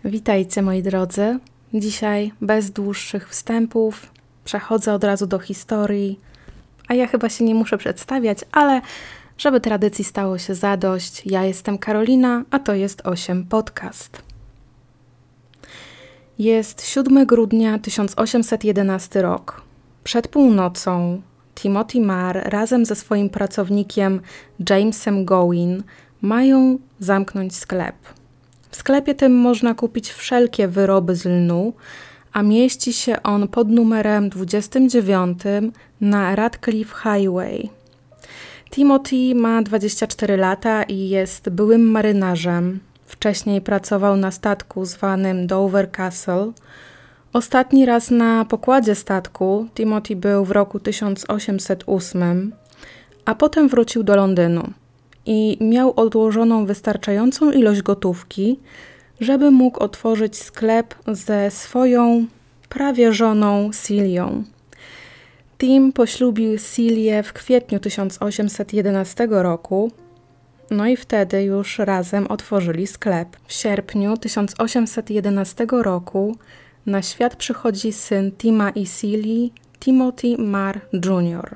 Witajcie moi drodzy. Dzisiaj bez dłuższych wstępów przechodzę od razu do historii, a ja chyba się nie muszę przedstawiać, ale żeby tradycji stało się zadość, ja jestem Karolina, a to jest 8 Podcast. Jest 7 grudnia 1811 rok. Przed północą Timothy Marr razem ze swoim pracownikiem Jamesem Gowin mają zamknąć sklep. W sklepie tym można kupić wszelkie wyroby z lnu, a mieści się on pod numerem 29 na Radcliffe Highway. Timothy ma 24 lata i jest byłym marynarzem. Wcześniej pracował na statku zwanym Dover Castle. Ostatni raz na pokładzie statku Timothy był w roku 1808, a potem wrócił do Londynu i miał odłożoną wystarczającą ilość gotówki, żeby mógł otworzyć sklep ze swoją prawie żoną Celią. Tim poślubił Celię w kwietniu 1811 roku, no i wtedy już razem otworzyli sklep. W sierpniu 1811 roku na świat przychodzi syn Tima i Celi, Timothy Marr Jr.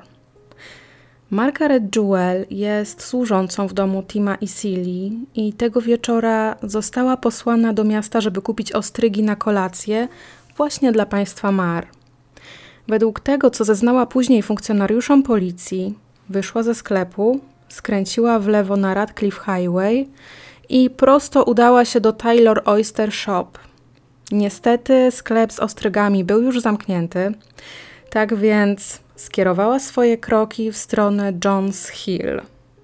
Margaret Jewell jest służącą w domu Tima i Celi i tego wieczora została posłana do miasta, żeby kupić ostrygi na kolację właśnie dla państwa Marr. Według tego, co zeznała później funkcjonariuszom policji, wyszła ze sklepu, skręciła w lewo na Radcliffe Highway i prosto udała się do Taylor Oyster Shop. Niestety sklep z ostrygami był już zamknięty, tak więc skierowała swoje kroki w stronę John's Hill.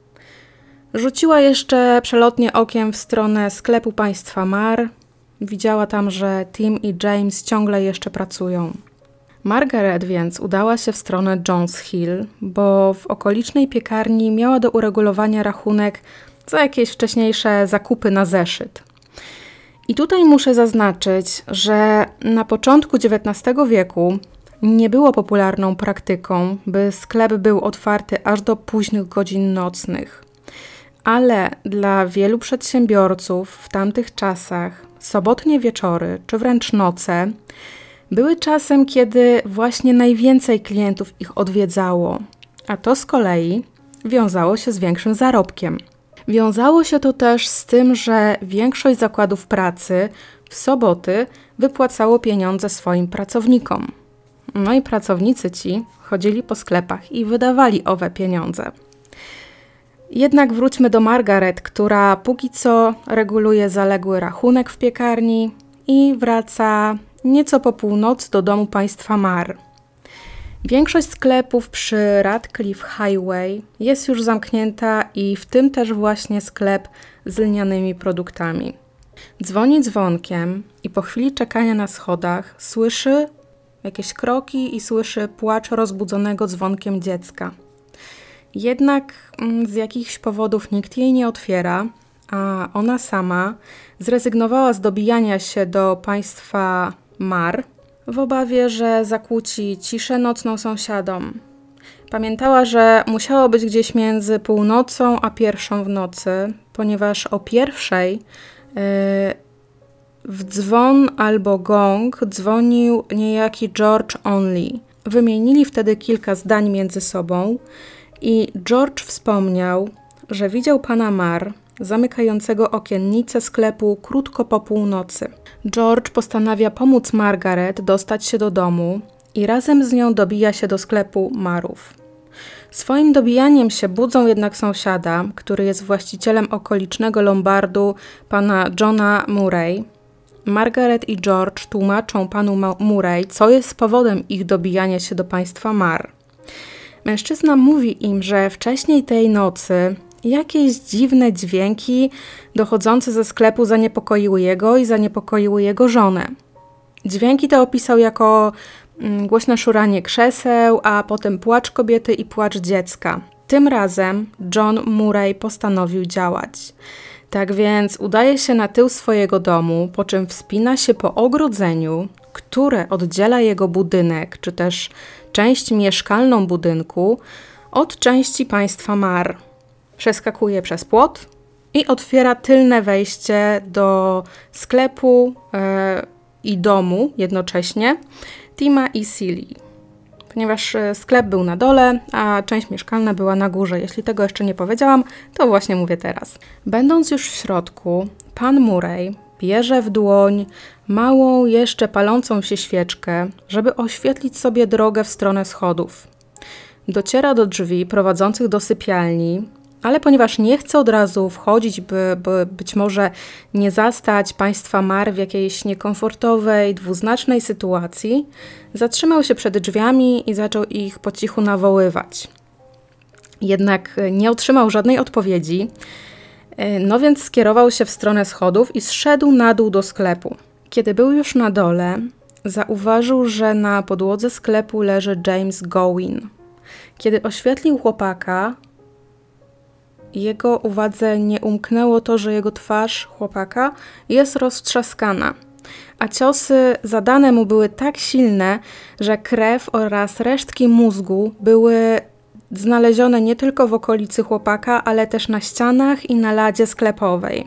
Rzuciła jeszcze przelotnie okiem w stronę sklepu państwa Marr. Widziała tam, że Tim i James ciągle jeszcze pracują. Margaret więc udała się w stronę John's Hill, bo w okolicznej piekarni miała do uregulowania rachunek za jakieś wcześniejsze zakupy na zeszyt. I tutaj muszę zaznaczyć, że na początku XIX wieku nie było popularną praktyką, by sklep był otwarty aż do późnych godzin nocnych. Ale dla wielu przedsiębiorców w tamtych czasach sobotnie wieczory, czy wręcz noce, były czasem, kiedy właśnie najwięcej klientów ich odwiedzało, a to z kolei wiązało się z większym zarobkiem. Wiązało się to też z tym, że większość zakładów pracy w soboty wypłacało pieniądze swoim pracownikom. No i pracownicy ci chodzili po sklepach i wydawali owe pieniądze. Jednak wróćmy do Margaret, która póki co reguluje zaległy rachunek w piekarni i wraca nieco po północy do domu państwa Marr. Większość sklepów przy Radcliffe Highway jest już zamknięta i w tym też właśnie sklep z lnianymi produktami. Dzwoni dzwonkiem i po chwili czekania na schodach słyszy jakieś kroki i słyszy płacz rozbudzonego dzwonkiem dziecka. Jednak z jakichś powodów nikt jej nie otwiera, a ona sama zrezygnowała z dobijania się do państwa Marr w obawie, że zakłóci ciszę nocną sąsiadom. Pamiętała, że musiało być gdzieś między północą a 1:00 w nocy, ponieważ o 1:00 w dzwon albo gong dzwonił niejaki George Onley. Wymienili wtedy kilka zdań między sobą i George wspomniał, że widział pana Marr zamykającego okiennicę sklepu krótko po północy. George postanawia pomóc Margaret dostać się do domu i razem z nią dobija się do sklepu Marrów. Swoim dobijaniem się budzą jednak sąsiada, który jest właścicielem okolicznego lombardu, pana Johna Murray. Margaret i George tłumaczą panu Murray, co jest powodem ich dobijania się do państwa Marr. Mężczyzna mówi im, że wcześniej tej nocy jakieś dziwne dźwięki dochodzące ze sklepu zaniepokoiły jego i zaniepokoiły jego żonę. Dźwięki te opisał jako głośne szuranie krzeseł, a potem płacz kobiety i płacz dziecka. Tym razem John Murray postanowił działać. Tak więc udaje się na tył swojego domu, po czym wspina się po ogrodzeniu, które oddziela jego budynek, czy też część mieszkalną budynku od części państwa Marr. Przeskakuje przez płot i otwiera tylne wejście do sklepu i domu jednocześnie Tima i Celie. Ponieważ sklep był na dole, a część mieszkalna była na górze. Jeśli tego jeszcze nie powiedziałam, to właśnie mówię teraz. Będąc już w środku, pan Murray bierze w dłoń małą, jeszcze palącą się świeczkę, żeby oświetlić sobie drogę w stronę schodów. Dociera do drzwi prowadzących do sypialni, ale ponieważ nie chce od razu wchodzić, by być może nie zastać państwa Mar w jakiejś niekomfortowej, dwuznacznej sytuacji, zatrzymał się przed drzwiami i zaczął ich po cichu nawoływać. Jednak nie otrzymał żadnej odpowiedzi, no więc skierował się w stronę schodów i zszedł na dół do sklepu. Kiedy był już na dole, zauważył, że na podłodze sklepu leży James Gowin. Kiedy oświetlił chłopaka, jego uwadze nie umknęło to, że jego twarz chłopaka jest roztrzaskana, a ciosy zadane mu były tak silne, że krew oraz resztki mózgu były znalezione nie tylko w okolicy chłopaka, ale też na ścianach i na ladzie sklepowej.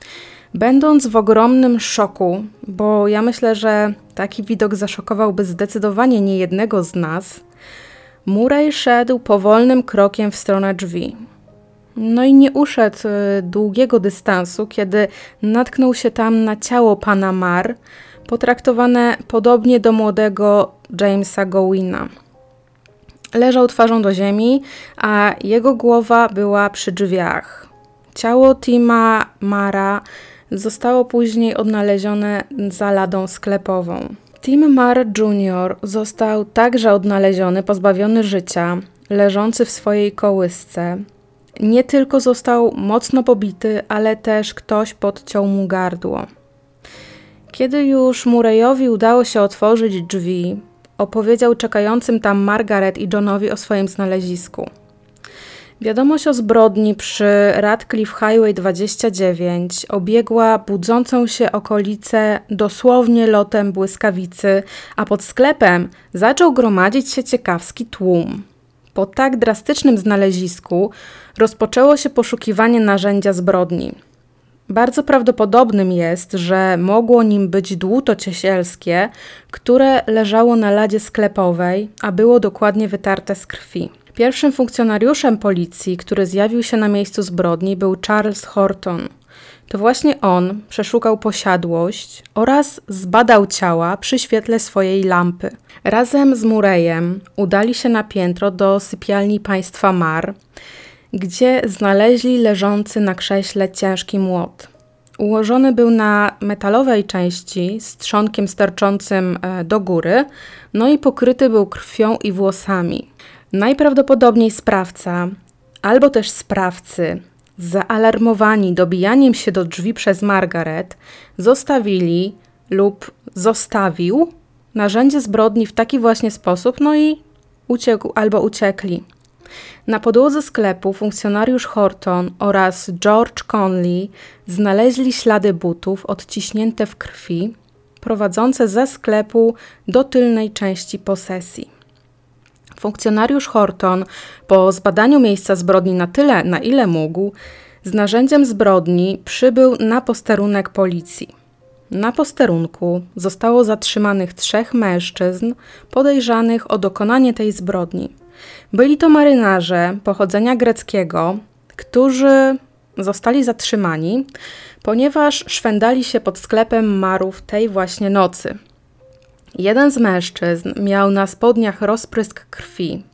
Będąc w ogromnym szoku, bo ja myślę, że taki widok zaszokowałby zdecydowanie niejednego z nas, Murray szedł powolnym krokiem w stronę drzwi. No i nie uszedł długiego dystansu, kiedy natknął się tam na ciało pana Mar, potraktowane podobnie do młodego Jamesa Gowina. Leżał twarzą do ziemi, a jego głowa była przy drzwiach. Ciało Tima Mara zostało później odnalezione za ladą sklepową. Tim Mar Jr. został także odnaleziony, pozbawiony życia, leżący w swojej kołysce. Nie tylko został mocno pobity, ale też ktoś podciął mu gardło. Kiedy już Murrayowi udało się otworzyć drzwi, opowiedział czekającym tam Margaret i Johnowi o swoim znalezisku. Wiadomość o zbrodni przy Radcliffe Highway 29 obiegła budzącą się okolicę dosłownie lotem błyskawicy, a pod sklepem zaczął gromadzić się ciekawski tłum. Po tak drastycznym znalezisku rozpoczęło się poszukiwanie narzędzia zbrodni. Bardzo prawdopodobnym jest, że mogło nim być dłuto ciesielskie, które leżało na ladzie sklepowej, a było dokładnie wytarte z krwi. Pierwszym funkcjonariuszem policji, który zjawił się na miejscu zbrodni, był Charles Horton. To właśnie on przeszukał posiadłość oraz zbadał ciała przy świetle swojej lampy. Razem z Murrayem udali się na piętro do sypialni państwa Mar, gdzie znaleźli leżący na krześle ciężki młot. Ułożony był na metalowej części z trzonkiem sterczącym do góry, no i pokryty był krwią i włosami. Najprawdopodobniej sprawca, albo też sprawcy, zaalarmowani dobijaniem się do drzwi przez Margaret, zostawili lub zostawił narzędzie zbrodni w taki właśnie sposób, no i uciekł albo uciekli. Na podłodze sklepu funkcjonariusz Horton oraz George Conley znaleźli ślady butów odciśnięte w krwi, prowadzące ze sklepu do tylnej części posesji. Funkcjonariusz Horton po zbadaniu miejsca zbrodni na tyle, na ile mógł, z narzędziem zbrodni przybył na posterunek policji. Na posterunku zostało zatrzymanych 3 mężczyzn podejrzanych o dokonanie tej zbrodni. Byli to marynarze pochodzenia greckiego, którzy zostali zatrzymani, ponieważ szwendali się pod sklepem Marów tej właśnie nocy. Jeden z mężczyzn miał na spodniach rozprysk krwi.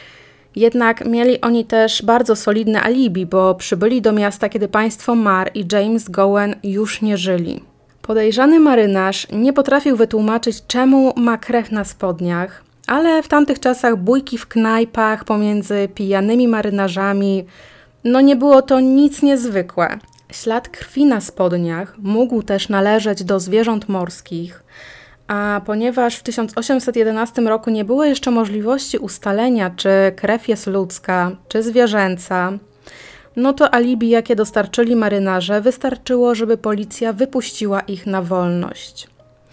Jednak mieli oni też bardzo solidne alibi, bo przybyli do miasta, kiedy państwo Mar i James Gowen już nie żyli. Podejrzany marynarz nie potrafił wytłumaczyć, czemu ma krew na spodniach, ale w tamtych czasach bójki w knajpach pomiędzy pijanymi marynarzami, nie było to nic niezwykłe. Ślad krwi na spodniach mógł też należeć do zwierząt morskich, a ponieważ w 1811 roku nie było jeszcze możliwości ustalenia, czy krew jest ludzka, czy zwierzęca, to alibi, jakie dostarczyli marynarze, wystarczyło, żeby policja wypuściła ich na wolność.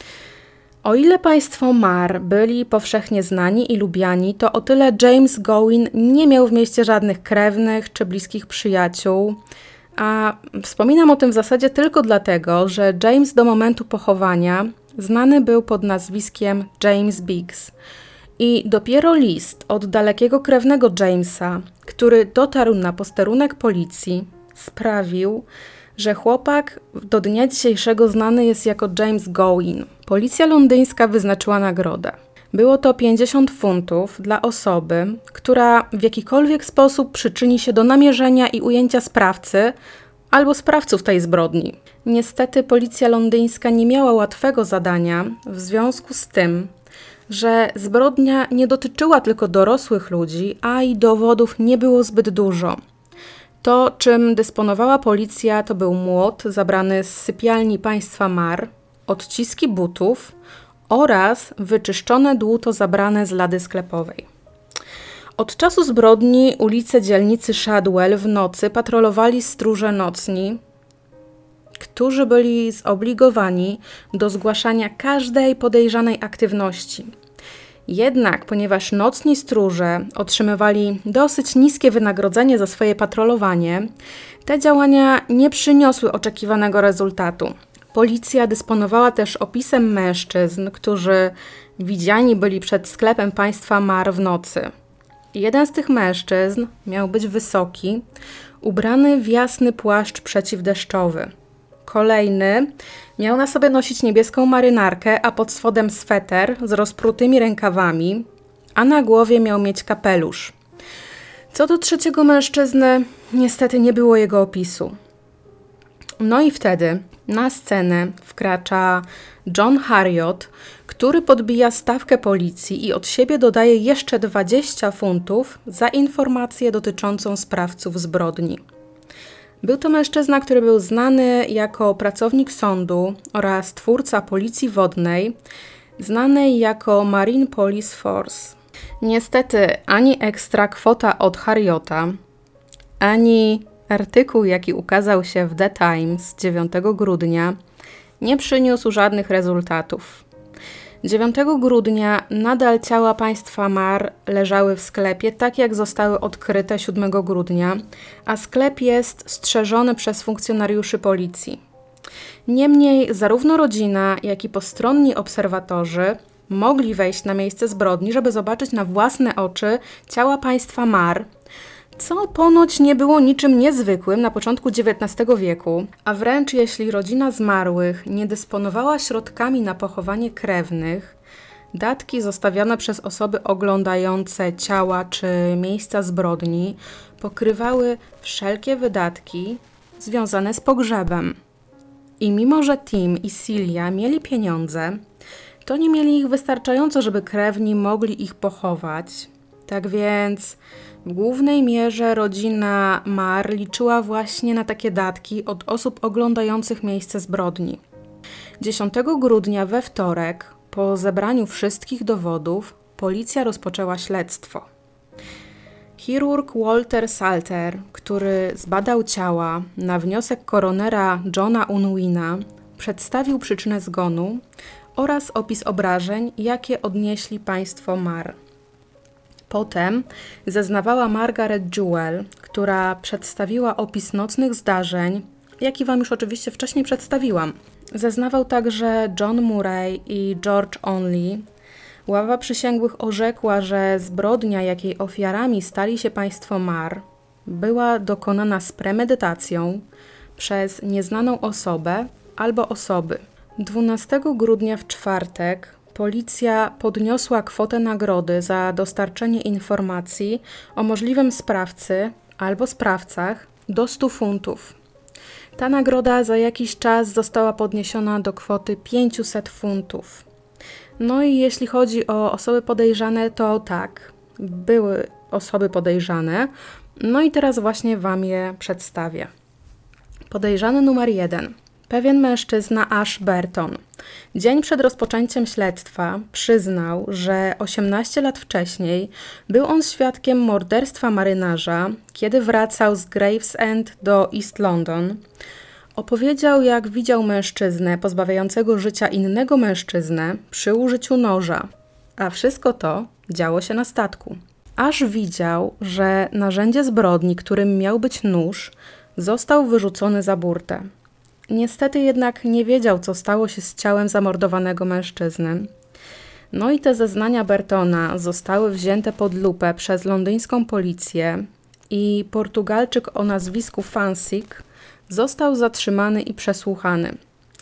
O ile państwo Mar byli powszechnie znani i lubiani, to o tyle James Gowin nie miał w mieście żadnych krewnych czy bliskich przyjaciół, A wspominam o tym w zasadzie tylko dlatego, że James do momentu pochowania znany był pod nazwiskiem James Biggs. I dopiero list od dalekiego krewnego Jamesa, który dotarł na posterunek policji, sprawił, że chłopak do dnia dzisiejszego znany jest jako James Gowin. Policja londyńska wyznaczyła nagrodę. Było to 50 funtów dla osoby, która w jakikolwiek sposób przyczyni się do namierzenia i ujęcia sprawcy albo sprawców tej zbrodni. Niestety policja londyńska nie miała łatwego zadania w związku z tym, że zbrodnia nie dotyczyła tylko dorosłych ludzi, a i dowodów nie było zbyt dużo. To, czym dysponowała policja, to był młot zabrany z sypialni państwa Mar, odciski butów oraz wyczyszczone dłuto zabrane z lady sklepowej. Od czasu zbrodni ulice dzielnicy Shadwell w nocy patrolowali stróże nocni, którzy byli zobligowani do zgłaszania każdej podejrzanej aktywności. Jednak, ponieważ nocni stróże otrzymywali dosyć niskie wynagrodzenie za swoje patrolowanie, te działania nie przyniosły oczekiwanego rezultatu. Policja dysponowała też opisem mężczyzn, którzy widziani byli przed sklepem państwa Mar w nocy. Jeden z tych mężczyzn miał być wysoki, ubrany w jasny płaszcz przeciwdeszczowy. Kolejny miał na sobie nosić niebieską marynarkę, a pod spodem sweter z rozprutymi rękawami, a na głowie miał mieć kapelusz. Co do trzeciego mężczyzny, niestety nie było jego opisu. No i wtedy na scenę wkracza John Harriot, który podbija stawkę policji i od siebie dodaje jeszcze 20 funtów za informację dotyczącą sprawców zbrodni. Był to mężczyzna, który był znany jako pracownik sądu oraz twórca policji wodnej, znanej jako Marine Police Force. Niestety ani ekstra kwota od Harriota, ani artykuł, jaki ukazał się w The Times 9 grudnia, nie przyniósł żadnych rezultatów. 9 grudnia nadal ciała państwa Mar leżały w sklepie, tak jak zostały odkryte 7 grudnia, a sklep jest strzeżony przez funkcjonariuszy policji. Niemniej zarówno rodzina, jak i postronni obserwatorzy mogli wejść na miejsce zbrodni, żeby zobaczyć na własne oczy ciała państwa Mar, co ponoć nie było niczym niezwykłym na początku XIX wieku, a wręcz jeśli rodzina zmarłych nie dysponowała środkami na pochowanie krewnych, datki zostawione przez osoby oglądające ciała czy miejsca zbrodni pokrywały wszelkie wydatki związane z pogrzebem. I mimo, że Tim i Celia mieli pieniądze, to nie mieli ich wystarczająco, żeby krewni mogli ich pochować. Tak więc w głównej mierze rodzina Mar liczyła właśnie na takie datki od osób oglądających miejsce zbrodni. 10 grudnia we wtorek, po zebraniu wszystkich dowodów, policja rozpoczęła śledztwo. Chirurg Walter Salter, który zbadał ciała na wniosek koronera Johna Unwina, przedstawił przyczynę zgonu oraz opis obrażeń, jakie odnieśli państwo Mar. Potem zeznawała Margaret Jewell, która przedstawiła opis nocnych zdarzeń, jaki Wam już oczywiście wcześniej przedstawiłam. Zeznawał także John Murray i George Onley. Ława przysięgłych orzekła, że zbrodnia, jakiej ofiarami stali się państwo Mar, była dokonana z premedytacją przez nieznaną osobę albo osoby. 12 grudnia w czwartek policja podniosła kwotę nagrody za dostarczenie informacji o możliwym sprawcy albo sprawcach do 100 funtów. Ta nagroda za jakiś czas została podniesiona do kwoty 500 funtów. No i jeśli chodzi o osoby podejrzane, to tak, były osoby podejrzane. No i teraz właśnie Wam je przedstawię. Podejrzany numer 1. Pewien mężczyzna Ash Burton. Dzień przed rozpoczęciem śledztwa przyznał, że 18 lat wcześniej był on świadkiem morderstwa marynarza, kiedy wracał z Gravesend do East London. Opowiedział, jak widział mężczyznę pozbawiającego życia innego mężczyznę przy użyciu noża, a wszystko to działo się na statku. Ash widział, że narzędzie zbrodni, którym miał być nóż, został wyrzucony za burtę. Niestety jednak nie wiedział, co stało się z ciałem zamordowanego mężczyzny. No i te zeznania Bertona zostały wzięte pod lupę przez londyńską policję i Portugalczyk o nazwisku Fansik został zatrzymany i przesłuchany.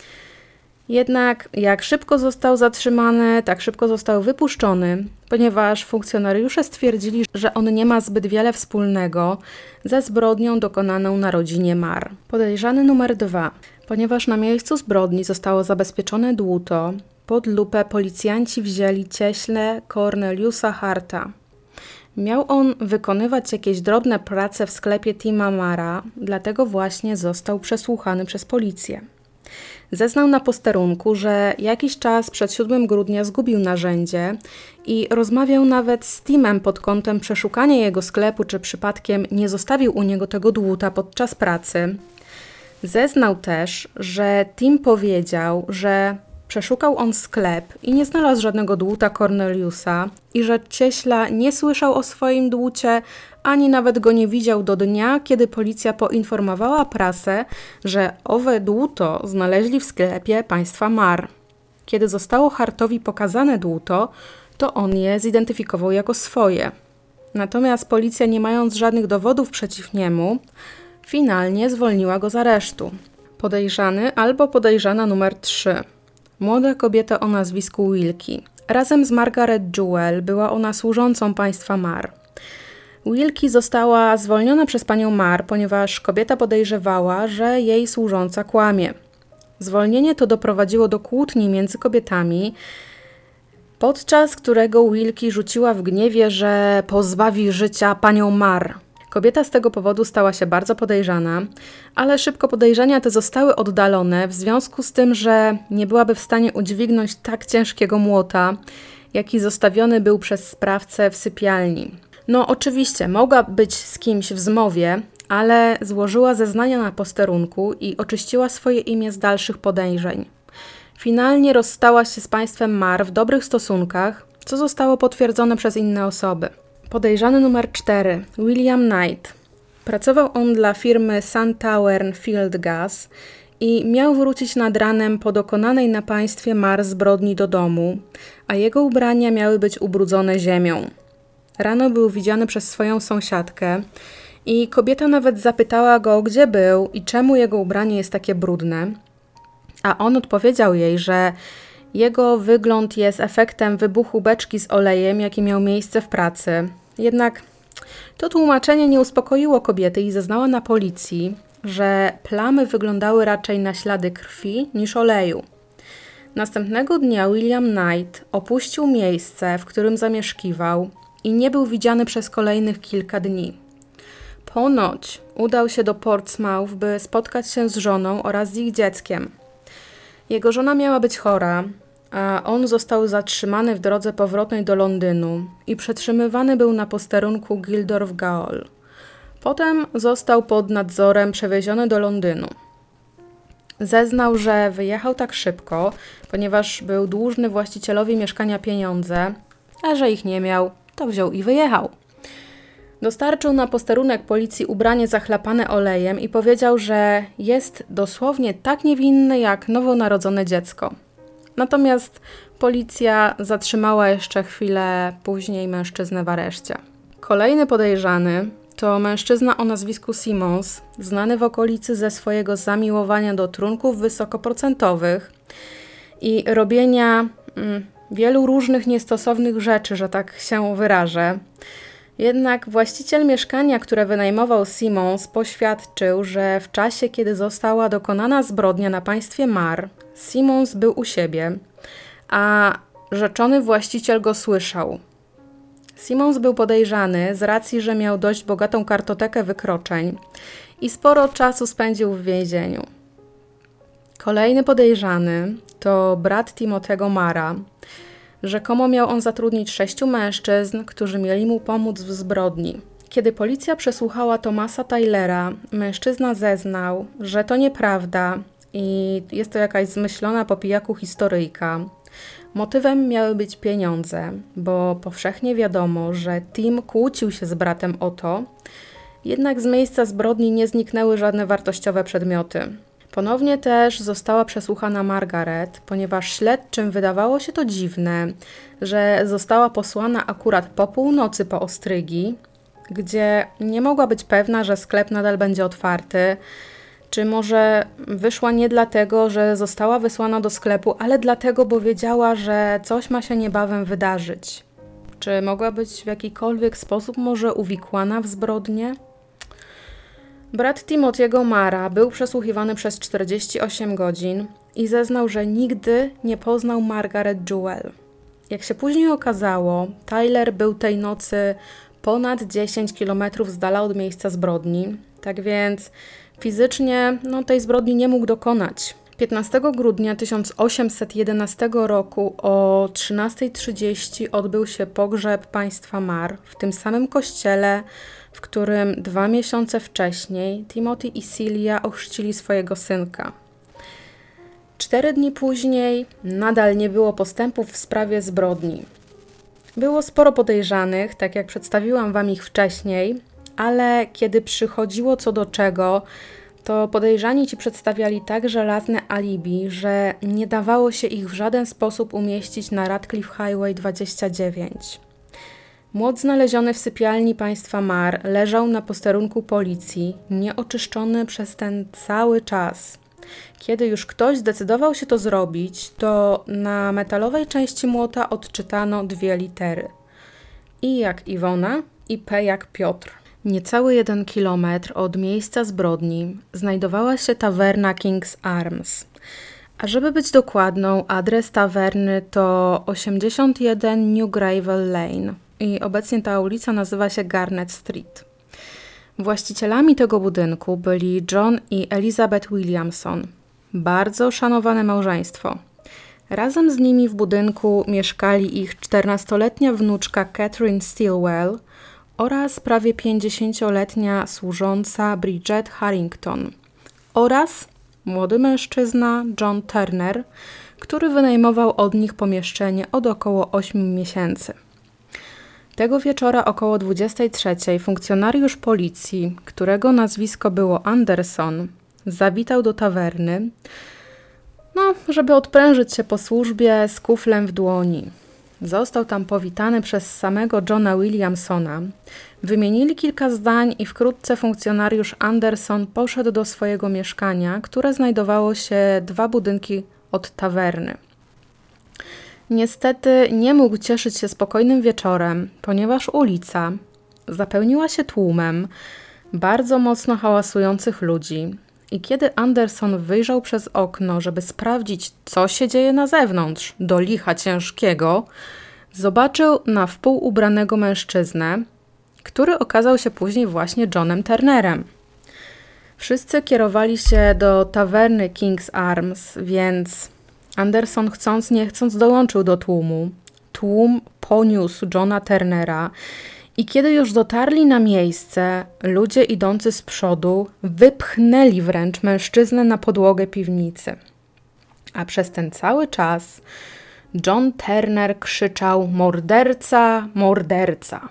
Jednak jak szybko został zatrzymany, tak szybko został wypuszczony, ponieważ funkcjonariusze stwierdzili, że on nie ma zbyt wiele wspólnego ze zbrodnią dokonaną na rodzinie Marr. Podejrzany numer 2. Ponieważ na miejscu zbrodni zostało zabezpieczone dłuto, pod lupę policjanci wzięli cieśle Corneliusa Harta. Miał on wykonywać jakieś drobne prace w sklepie Tima Marra, dlatego właśnie został przesłuchany przez policję. Zeznał na posterunku, że jakiś czas przed 7 grudnia zgubił narzędzie i rozmawiał nawet z Timem pod kątem przeszukania jego sklepu, czy przypadkiem nie zostawił u niego tego dłuta podczas pracy. Zeznał też, że Tim powiedział, że przeszukał on sklep i nie znalazł żadnego dłuta Corneliusa i że cieśla nie słyszał o swoim dłucie, ani nawet go nie widział do dnia, kiedy policja poinformowała prasę, że owe dłuto znaleźli w sklepie państwa Marr. Kiedy zostało Hartowi pokazane dłuto, to on je zidentyfikował jako swoje. Natomiast policja, nie mając żadnych dowodów przeciw niemu, finalnie zwolniła go z aresztu. Podejrzany albo podejrzana numer 3. Młoda kobieta o nazwisku Wilkie. Razem z Margaret Jewell była ona służącą państwa Marr. Wilkie została zwolniona przez panią Marr, ponieważ kobieta podejrzewała, że jej służąca kłamie. Zwolnienie to doprowadziło do kłótni między kobietami, podczas którego Wilkie rzuciła w gniewie, że pozbawi życia panią Marr. Kobieta z tego powodu stała się bardzo podejrzana, ale szybko podejrzenia te zostały oddalone w związku z tym, że nie byłaby w stanie udźwignąć tak ciężkiego młota, jaki zostawiony był przez sprawcę w sypialni. No oczywiście, mogła być z kimś w zmowie, ale złożyła zeznania na posterunku i oczyściła swoje imię z dalszych podejrzeń. Finalnie rozstała się z państwem Marr w dobrych stosunkach, co zostało potwierdzone przez inne osoby. Podejrzany numer 4. William Knight. Pracował on dla firmy Suntowern Field Gas i miał wrócić nad ranem po dokonanej na państwie Marr zbrodni do domu, a jego ubrania miały być ubrudzone ziemią. Rano był widziany przez swoją sąsiadkę i kobieta nawet zapytała go, gdzie był i czemu jego ubranie jest takie brudne, a on odpowiedział jej, że jego wygląd jest efektem wybuchu beczki z olejem, jaki miał miejsce w pracy. Jednak to tłumaczenie nie uspokoiło kobiety i zeznała na policji, że plamy wyglądały raczej na ślady krwi niż oleju. Następnego dnia William Knight opuścił miejsce, w którym zamieszkiwał i nie był widziany przez kolejnych kilka dni. Ponoć udał się do Portsmouth, by spotkać się z żoną oraz z ich dzieckiem. Jego żona miała być chora, a on został zatrzymany w drodze powrotnej do Londynu i przetrzymywany był na posterunku Gildorf Gaol. Potem został pod nadzorem przewieziony do Londynu. Zeznał, że wyjechał tak szybko, ponieważ był dłużny właścicielowi mieszkania pieniądze, a że ich nie miał, to wziął i wyjechał. Dostarczył na posterunek policji ubranie zachlapane olejem i powiedział, że jest dosłownie tak niewinny jak nowonarodzone dziecko. Natomiast policja zatrzymała jeszcze chwilę później mężczyznę w areszcie. Kolejny podejrzany to mężczyzna o nazwisku Simmons, znany w okolicy ze swojego zamiłowania do trunków wysokoprocentowych i robienia wielu różnych niestosownych rzeczy, że tak się wyrażę. Jednak właściciel mieszkania, które wynajmował Simmons, poświadczył, że w czasie, kiedy została dokonana zbrodnia na państwie Marr, Simmons był u siebie, a rzeczony właściciel go słyszał. Simmons był podejrzany z racji, że miał dość bogatą kartotekę wykroczeń i sporo czasu spędził w więzieniu. Kolejny podejrzany to brat Timothy'ego Marra. Rzekomo miał on zatrudnić 6 mężczyzn, którzy mieli mu pomóc w zbrodni. Kiedy policja przesłuchała Thomasa Tylera, mężczyzna zeznał, że to nieprawda i jest to jakaś zmyślona po pijaku historyjka. Motywem miały być pieniądze, bo powszechnie wiadomo, że Tim kłócił się z bratem o to, Jednak z miejsca zbrodni nie zniknęły żadne wartościowe przedmioty. Ponownie też została przesłuchana Margaret, ponieważ śledczym wydawało się to dziwne, że została posłana akurat po północy po ostrygi, gdzie nie mogła być pewna, że sklep nadal będzie otwarty. Czy może wyszła nie dlatego, że została wysłana do sklepu, ale dlatego, bo wiedziała, że coś ma się niebawem wydarzyć? Czy mogła być w jakikolwiek sposób może uwikłana w zbrodnię? Brat Timothy'ego Mara był przesłuchiwany przez 48 godzin i zeznał, że nigdy nie poznał Margaret Jewell. Jak się później okazało, Tyler był tej nocy ponad 10 km z dala od miejsca zbrodni, tak więc fizycznie tej zbrodni nie mógł dokonać. 15 grudnia 1811 roku o 13:30 odbył się pogrzeb państwa Mar w tym samym kościele, w którym 2 miesiące wcześniej Timothy i Celia ochrzcili swojego synka. 4 dni później nadal nie było postępów w sprawie zbrodni. Było sporo podejrzanych, tak jak przedstawiłam Wam ich wcześniej, ale kiedy przychodziło co do czego, to podejrzani ci przedstawiali tak żelazne alibi, że nie dawało się ich w żaden sposób umieścić na Radcliffe Highway 29. Młot znaleziony w sypialni państwa Mar leżał na posterunku policji, nieoczyszczony przez ten cały czas. Kiedy już ktoś zdecydował się to zrobić, to na metalowej części młota odczytano 2 litery. I jak Iwona i P jak Piotr. Niecały 1 kilometr od miejsca zbrodni znajdowała się tawerna King's Arms. A żeby być dokładną, adres tawerny to 81 New Gravel Lane i obecnie ta ulica nazywa się Garnet Street. Właścicielami tego budynku byli John i Elizabeth Williamson. Bardzo szanowane małżeństwo. Razem z nimi w budynku mieszkali ich 14-letnia wnuczka Catherine Stilwell oraz prawie 50-letnia służąca Bridget Harrington oraz młody mężczyzna John Turner, który wynajmował od nich pomieszczenie od około 8 miesięcy. Tego wieczora około 23:00 funkcjonariusz policji, którego nazwisko było Anderson, zawitał do tawerny, żeby odprężyć się po służbie z kuflem w dłoni. Został tam powitany przez samego Johna Williamsona. Wymienili kilka zdań i wkrótce funkcjonariusz Anderson poszedł do swojego mieszkania, które znajdowało się 2 budynki od tawerny. Niestety nie mógł cieszyć się spokojnym wieczorem, ponieważ ulica zapełniła się tłumem bardzo mocno hałasujących ludzi. I kiedy Anderson wyjrzał przez okno, żeby sprawdzić, co się dzieje na zewnątrz, do licha ciężkiego, zobaczył na wpół ubranego mężczyznę, który okazał się później właśnie Johnem Turnerem. Wszyscy kierowali się do tawerny King's Arms, więc Anderson chcąc nie chcąc dołączył do tłumu. Tłum poniósł Johna Turnera i kiedy już dotarli na miejsce, ludzie idący z przodu wypchnęli wręcz mężczyznę na podłogę piwnicy. A przez ten cały czas John Turner krzyczał: morderca, morderca.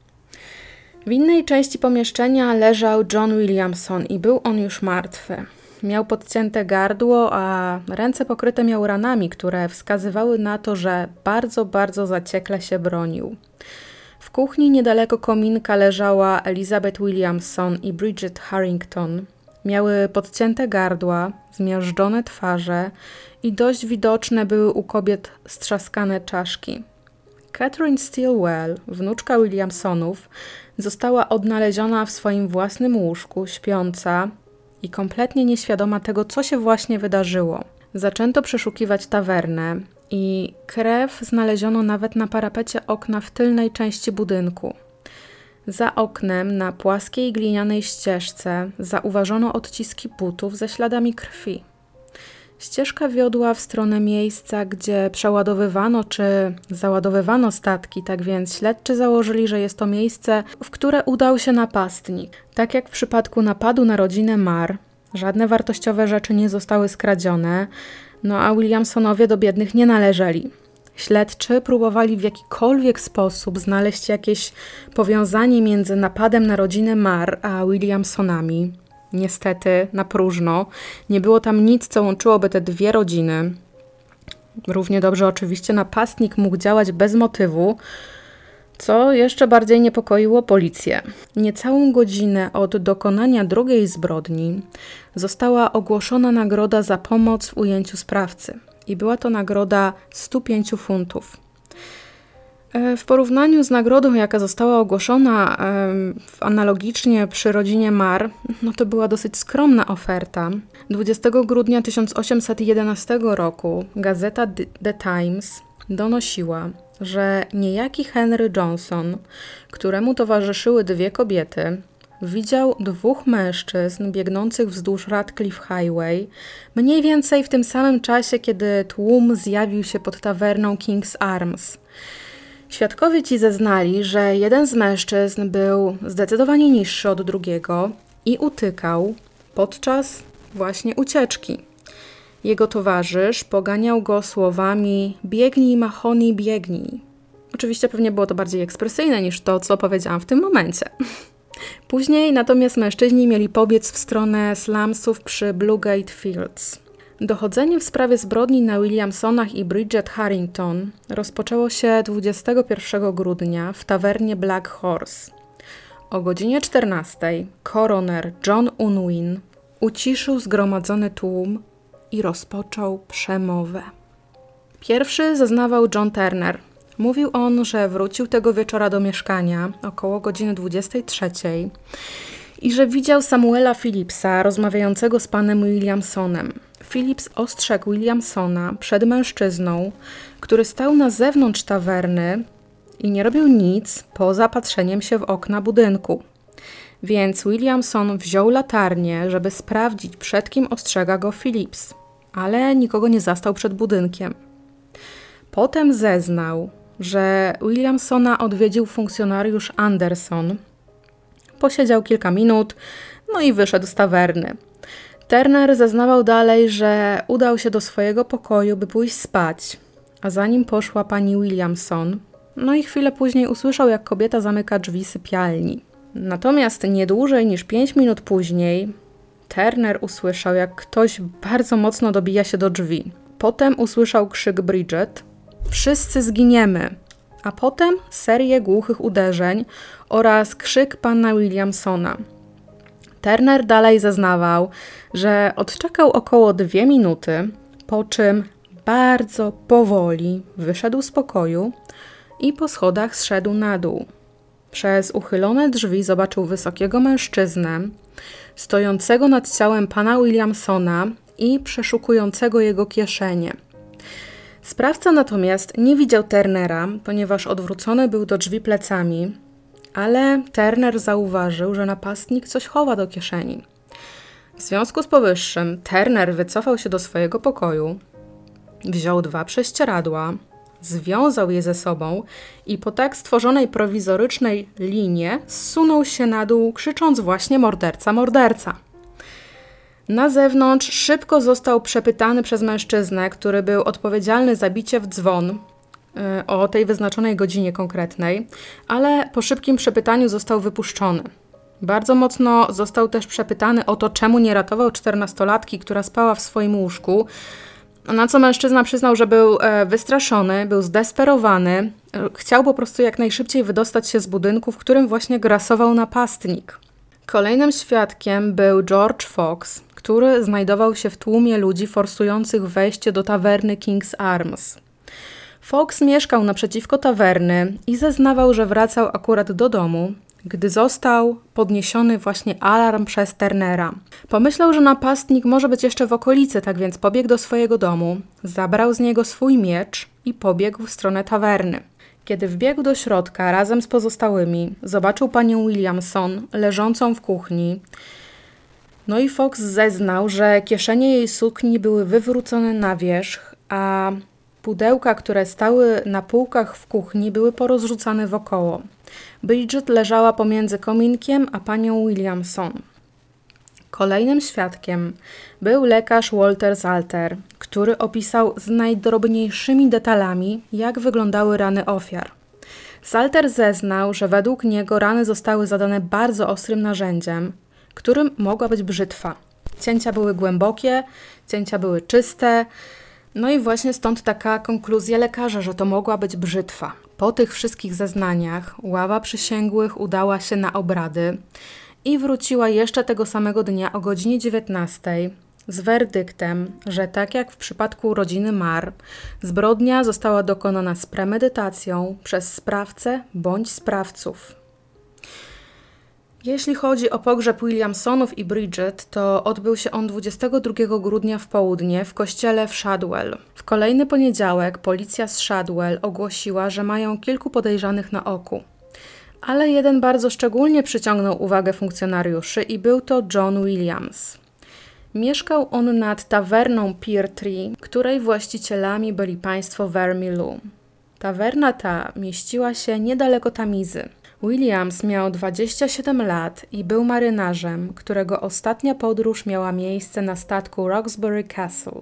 W innej części pomieszczenia leżał John Williamson i był on już martwy. Miał podcięte gardło, a ręce pokryte miał ranami, które wskazywały na to, że bardzo, bardzo zaciekle się bronił. W kuchni niedaleko kominka leżała Elizabeth Williamson i Bridget Harrington. Miały podcięte gardła, zmiażdżone twarze i dość widoczne były u kobiet strzaskane czaszki. Catherine Stilwell, wnuczka Williamsonów, została odnaleziona w swoim własnym łóżku, śpiąca i kompletnie nieświadoma tego, co się właśnie wydarzyło. Zaczęto przeszukiwać tawernę i krew znaleziono nawet na parapecie okna w tylnej części budynku. Za oknem na płaskiej glinianej ścieżce zauważono odciski butów ze śladami krwi. Ścieżka wiodła w stronę miejsca, gdzie przeładowywano czy załadowywano statki, tak więc śledczy założyli, że jest to miejsce, w które udał się napastnik. Tak jak w przypadku napadu na rodzinę Mar, żadne wartościowe rzeczy nie zostały skradzione, a Williamsonowie do biednych nie należeli. Śledczy próbowali w jakikolwiek sposób znaleźć jakieś powiązanie między napadem na rodzinę Marr a Williamsonami. Niestety, na próżno. Nie było tam nic, co łączyłoby te dwie rodziny. Równie dobrze oczywiście napastnik mógł działać bez motywu, co jeszcze bardziej niepokoiło policję. Niecałą godzinę od dokonania drugiej zbrodni została ogłoszona nagroda za pomoc w ujęciu sprawcy. I była to nagroda 105 funtów. W porównaniu z nagrodą, jaka została ogłoszona analogicznie przy rodzinie Marr, no to była dosyć skromna oferta. 20 grudnia 1811 roku gazeta The Times donosiła, że niejaki Henry Johnson, któremu towarzyszyły dwie kobiety, widział dwóch mężczyzn biegnących wzdłuż Radcliffe Highway, mniej więcej w tym samym czasie, kiedy tłum zjawił się pod tawerną King's Arms. Świadkowie ci zeznali, że jeden z mężczyzn był zdecydowanie niższy od drugiego i utykał podczas właśnie ucieczki. Jego towarzysz poganiał go słowami: biegnij, Mahoney, biegnij. Oczywiście pewnie było to bardziej ekspresyjne niż to, co powiedziałam w tym momencie. Później natomiast mężczyźni mieli pobiec w stronę slumsów przy Bluegate Fields. Dochodzenie w sprawie zbrodni na Williamsonach i Bridget Harrington rozpoczęło się 21 grudnia w tawernie Black Horse. O godzinie 14 koroner John Unwin uciszył zgromadzony tłum i rozpoczął przemowę. Pierwszy zeznawał John Turner. Mówił on, że wrócił tego wieczora do mieszkania około godziny 23 i że widział Samuela Phillipsa rozmawiającego z panem Williamsonem. Phillips ostrzegł Williamsona przed mężczyzną, który stał na zewnątrz tawerny i nie robił nic poza patrzeniem się w okna budynku. Więc Williamson wziął latarnię, żeby sprawdzić, przed kim ostrzega go Phillips, ale nikogo nie zastał przed budynkiem. Potem zeznał, że Williamsona odwiedził funkcjonariusz Anderson. Posiedział kilka minut, no i wyszedł z tawerny. Turner zeznawał dalej, że udał się do swojego pokoju, by pójść spać, a za nim poszła pani Williamson. No i chwilę później usłyszał, jak kobieta zamyka drzwi sypialni. Natomiast nie dłużej niż 5 minut później Turner usłyszał, jak ktoś bardzo mocno dobija się do drzwi. Potem usłyszał krzyk Bridget: wszyscy zginiemy! A potem serię głuchych uderzeń oraz krzyk pana Williamsona. Turner dalej zeznawał, że odczekał około 2 minuty, po czym bardzo powoli wyszedł z pokoju i po schodach zszedł na dół. Przez uchylone drzwi zobaczył wysokiego mężczyznę, stojącego nad ciałem pana Williamsona i przeszukującego jego kieszenie. Sprawca natomiast nie widział Turnera, ponieważ odwrócony był do drzwi plecami, ale Turner zauważył, że napastnik coś chowa do kieszeni. W związku z powyższym Turner wycofał się do swojego pokoju, wziął 2 prześcieradła, związał je ze sobą i po tak stworzonej prowizorycznej linie zsunął się na dół, krzycząc właśnie: morderca, morderca. Na zewnątrz szybko został przepytany przez mężczyznę, który był odpowiedzialny za bicie w dzwon o tej wyznaczonej godzinie konkretnej, ale po szybkim przepytaniu został wypuszczony. Bardzo mocno został też przepytany o to, czemu nie ratował 14-latki, która spała w swoim łóżku, na co mężczyzna przyznał, że był wystraszony, był zdesperowany, chciał po prostu jak najszybciej wydostać się z budynku, w którym właśnie grasował napastnik. Kolejnym świadkiem był George Fox, który znajdował się w tłumie ludzi forsujących wejście do tawerny King's Arms. Fox mieszkał naprzeciwko tawerny i zeznawał, że wracał akurat do domu, gdy został podniesiony właśnie alarm przez Turnera. Pomyślał, że napastnik może być jeszcze w okolicy, tak więc pobiegł do swojego domu, zabrał z niego swój miecz i pobiegł w stronę tawerny. Kiedy wbiegł do środka razem z pozostałymi, zobaczył panią Williamson leżącą w kuchni. No i Fox zeznał, że kieszenie jej sukni były wywrócone na wierzch, a pudełka, które stały na półkach w kuchni, były porozrzucane wokoło. Bridget leżała pomiędzy kominkiem a panią Williamson. Kolejnym świadkiem był lekarz Walter Salter, który opisał z najdrobniejszymi detalami, jak wyglądały rany ofiar. Salter zeznał, że według niego rany zostały zadane bardzo ostrym narzędziem, którym mogła być brzytwa. Cięcia były głębokie, cięcia były czyste, no i właśnie stąd taka konkluzja lekarza, że to mogła być brzytwa. Po tych wszystkich zeznaniach ława przysięgłych udała się na obrady i wróciła jeszcze tego samego dnia o godzinie 19 z werdyktem, że tak jak w przypadku rodziny Marr, zbrodnia została dokonana z premedytacją przez sprawcę bądź sprawców. Jeśli chodzi o pogrzeb Williamsonów i Bridget, to odbył się on 22 grudnia w południe w kościele w Shadwell. W kolejny poniedziałek policja z Shadwell ogłosiła, że mają kilku podejrzanych na oku. Ale jeden bardzo szczególnie przyciągnął uwagę funkcjonariuszy i był to John Williams. Mieszkał on nad tawerną Pear Tree, której właścicielami byli państwo Vermillion. Tawerna ta mieściła się niedaleko Tamizy. Williams miał 27 lat i był marynarzem, którego ostatnia podróż miała miejsce na statku Roxbury Castle.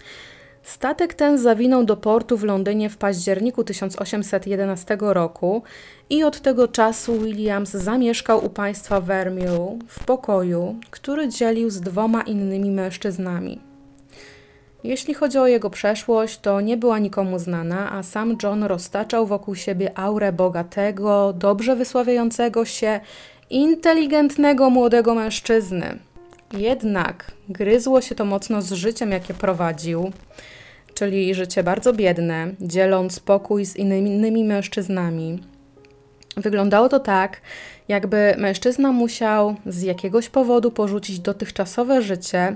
Statek ten zawinął do portu w Londynie w październiku 1811 roku i od tego czasu Williams zamieszkał u państwa Vermillion w pokoju, który dzielił z 2 innymi mężczyznami. Jeśli chodzi o jego przeszłość, to nie była nikomu znana, a sam John roztaczał wokół siebie aurę bogatego, dobrze wysławiającego się, inteligentnego młodego mężczyzny. Jednak gryzło się to mocno z życiem, jakie prowadził, czyli życie bardzo biedne, dzieląc pokój z innymi mężczyznami. Wyglądało to tak, jakby mężczyzna musiał z jakiegoś powodu porzucić dotychczasowe życie,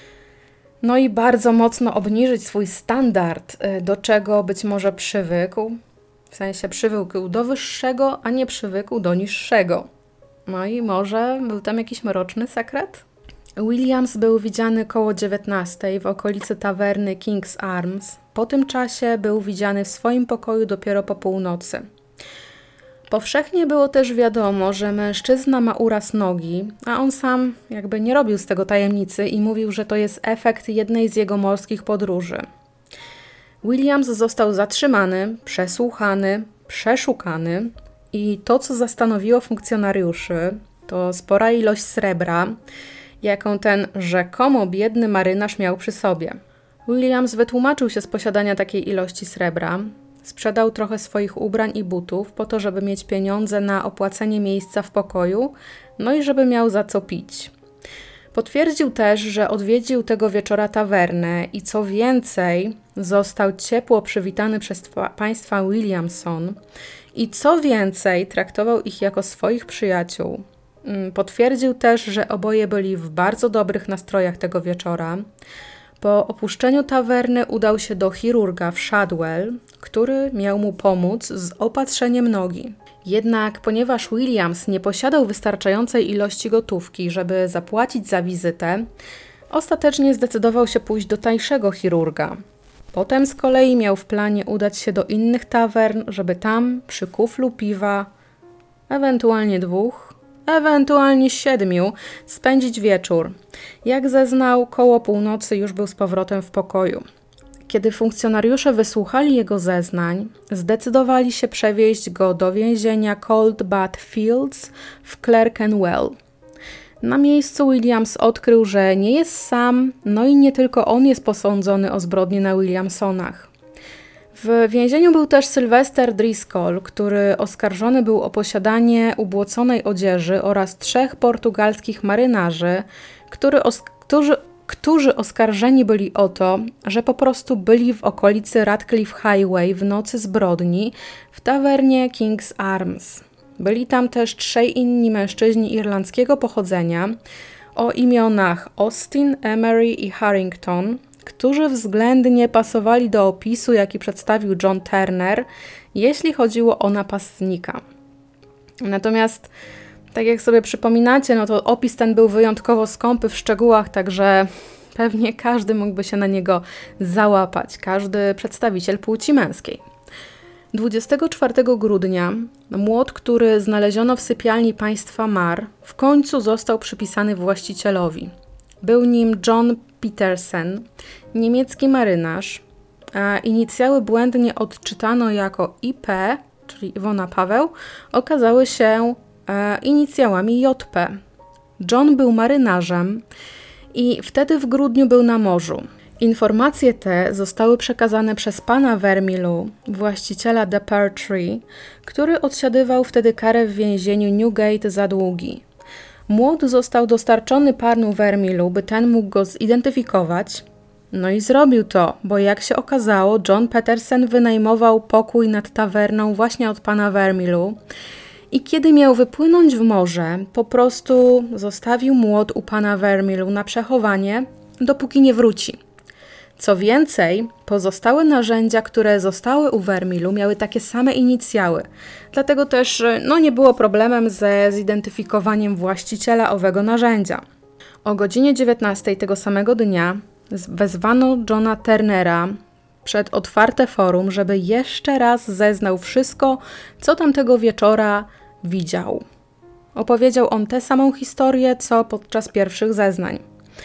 no i bardzo mocno obniżyć swój standard, do czego być może przywykł. W sensie przywykł do wyższego, a nie przywykł do niższego. No i może był tam jakiś mroczny sekret? Williams był widziany koło 19 w okolicy tawerny King's Arms. Po tym czasie był widziany w swoim pokoju dopiero po północy. Powszechnie było też wiadomo, że mężczyzna ma uraz nogi, a on sam jakby nie robił z tego tajemnicy i mówił, że to jest efekt jednej z jego morskich podróży. Williams został zatrzymany, przesłuchany, przeszukany i to, co zastanowiło funkcjonariuszy, to spora ilość srebra, jaką ten rzekomo biedny marynarz miał przy sobie. Williams wytłumaczył się z posiadania takiej ilości srebra. Sprzedał trochę swoich ubrań i butów po to, żeby mieć pieniądze na opłacenie miejsca w pokoju, no i żeby miał za co pić. Potwierdził też, że odwiedził tego wieczora tawernę i co więcej, został ciepło przywitany przez państwa Williamson i co więcej, traktował ich jako swoich przyjaciół. Potwierdził też, że oboje byli w bardzo dobrych nastrojach tego wieczora. Po opuszczeniu tawerny udał się do chirurga w Shadwell, który miał mu pomóc z opatrzeniem nogi. Jednak ponieważ Williams nie posiadał wystarczającej ilości gotówki, żeby zapłacić za wizytę, ostatecznie zdecydował się pójść do tańszego chirurga. Potem z kolei miał w planie udać się do innych tawern, żeby tam przy kuflu piwa, ewentualnie 2, ewentualnie 7, spędzić wieczór. Jak zeznał, koło północy już był z powrotem w pokoju. Kiedy funkcjonariusze wysłuchali jego zeznań, zdecydowali się przewieźć go do więzienia Cold Bath Fields w Clerkenwell. Na miejscu Williams odkrył, że nie jest sam, no i nie tylko on jest posądzony o zbrodnię na Williamsonach. W więzieniu był też Sylvester Driscoll, który oskarżony był o ubłoconej odzieży oraz 3 portugalskich marynarzy, którzy oskarżeni byli o to, że po prostu byli w okolicy Radcliffe Highway w nocy zbrodni w tawernie King's Arms. Byli tam też 3 inni mężczyźni irlandzkiego pochodzenia o imionach Austin, Emery i Harrington, którzy względnie pasowali do opisu, jaki przedstawił John Turner, jeśli chodziło o napastnika. Natomiast, tak jak sobie przypominacie, no to opis ten był wyjątkowo skąpy w szczegółach, także pewnie każdy mógłby się na niego załapać, każdy przedstawiciel płci męskiej. 24 grudnia młot, który znaleziono w sypialni państwa Marr, w końcu został przypisany właścicielowi. Był nim John Petersen, niemiecki marynarz, a inicjały błędnie odczytano jako IP, czyli Iwona Paweł, okazały się inicjałami JP. John był marynarzem i wtedy w grudniu był na morzu. Informacje te zostały przekazane przez pana Vermilu, właściciela The Pear Tree, który odsiadywał wtedy karę w więzieniu Newgate za długi. Młot został dostarczony panu Vermilu, by ten mógł go zidentyfikować. No i zrobił to, bo jak się okazało, John Petersen wynajmował pokój nad tawerną właśnie od pana Vermilu i kiedy miał wypłynąć w morze, po prostu zostawił młot u pana Vermilu na przechowanie, dopóki nie wróci. Co więcej, pozostałe narzędzia, które zostały u Vermilu, miały takie same inicjały. Dlatego też nie było problemem ze zidentyfikowaniem właściciela owego narzędzia. O godzinie 19 tego samego dnia wezwano Johna Turnera przed otwarte forum, żeby jeszcze raz zeznał wszystko, co tamtego wieczora widział. Opowiedział on tę samą historię, co podczas pierwszych zeznań.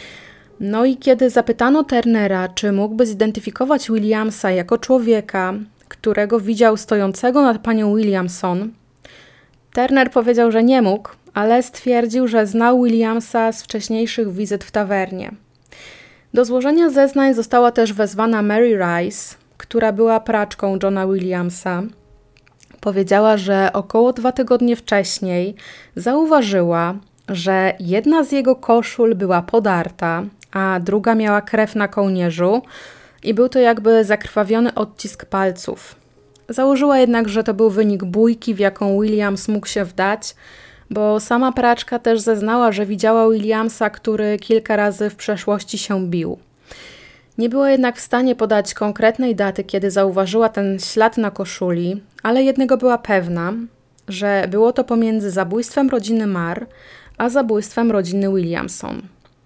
No i kiedy zapytano Turnera, czy mógłby zidentyfikować Williamsa jako człowieka, którego widział stojącego nad panią Williamson, Turner powiedział, że nie mógł, ale stwierdził, że znał Williamsa z wcześniejszych wizyt w tawernie. Do złożenia zeznań została też wezwana Mary Rice, która była praczką Johna Williamsa. Powiedziała, że około 2 tygodnie wcześniej zauważyła, że jedna z jego koszul była podarta, a druga miała krew na kołnierzu i był to jakby zakrwawiony odcisk palców. Założyła jednak, że to był wynik bójki, w jaką Williams mógł się wdać, bo sama praczka też zeznała, że widziała Williamsa, który kilka razy w przeszłości się bił. Nie była jednak w stanie podać konkretnej daty, kiedy zauważyła ten ślad na koszuli, ale jednego była pewna, że było to pomiędzy zabójstwem rodziny Marr a zabójstwem rodziny Williamson.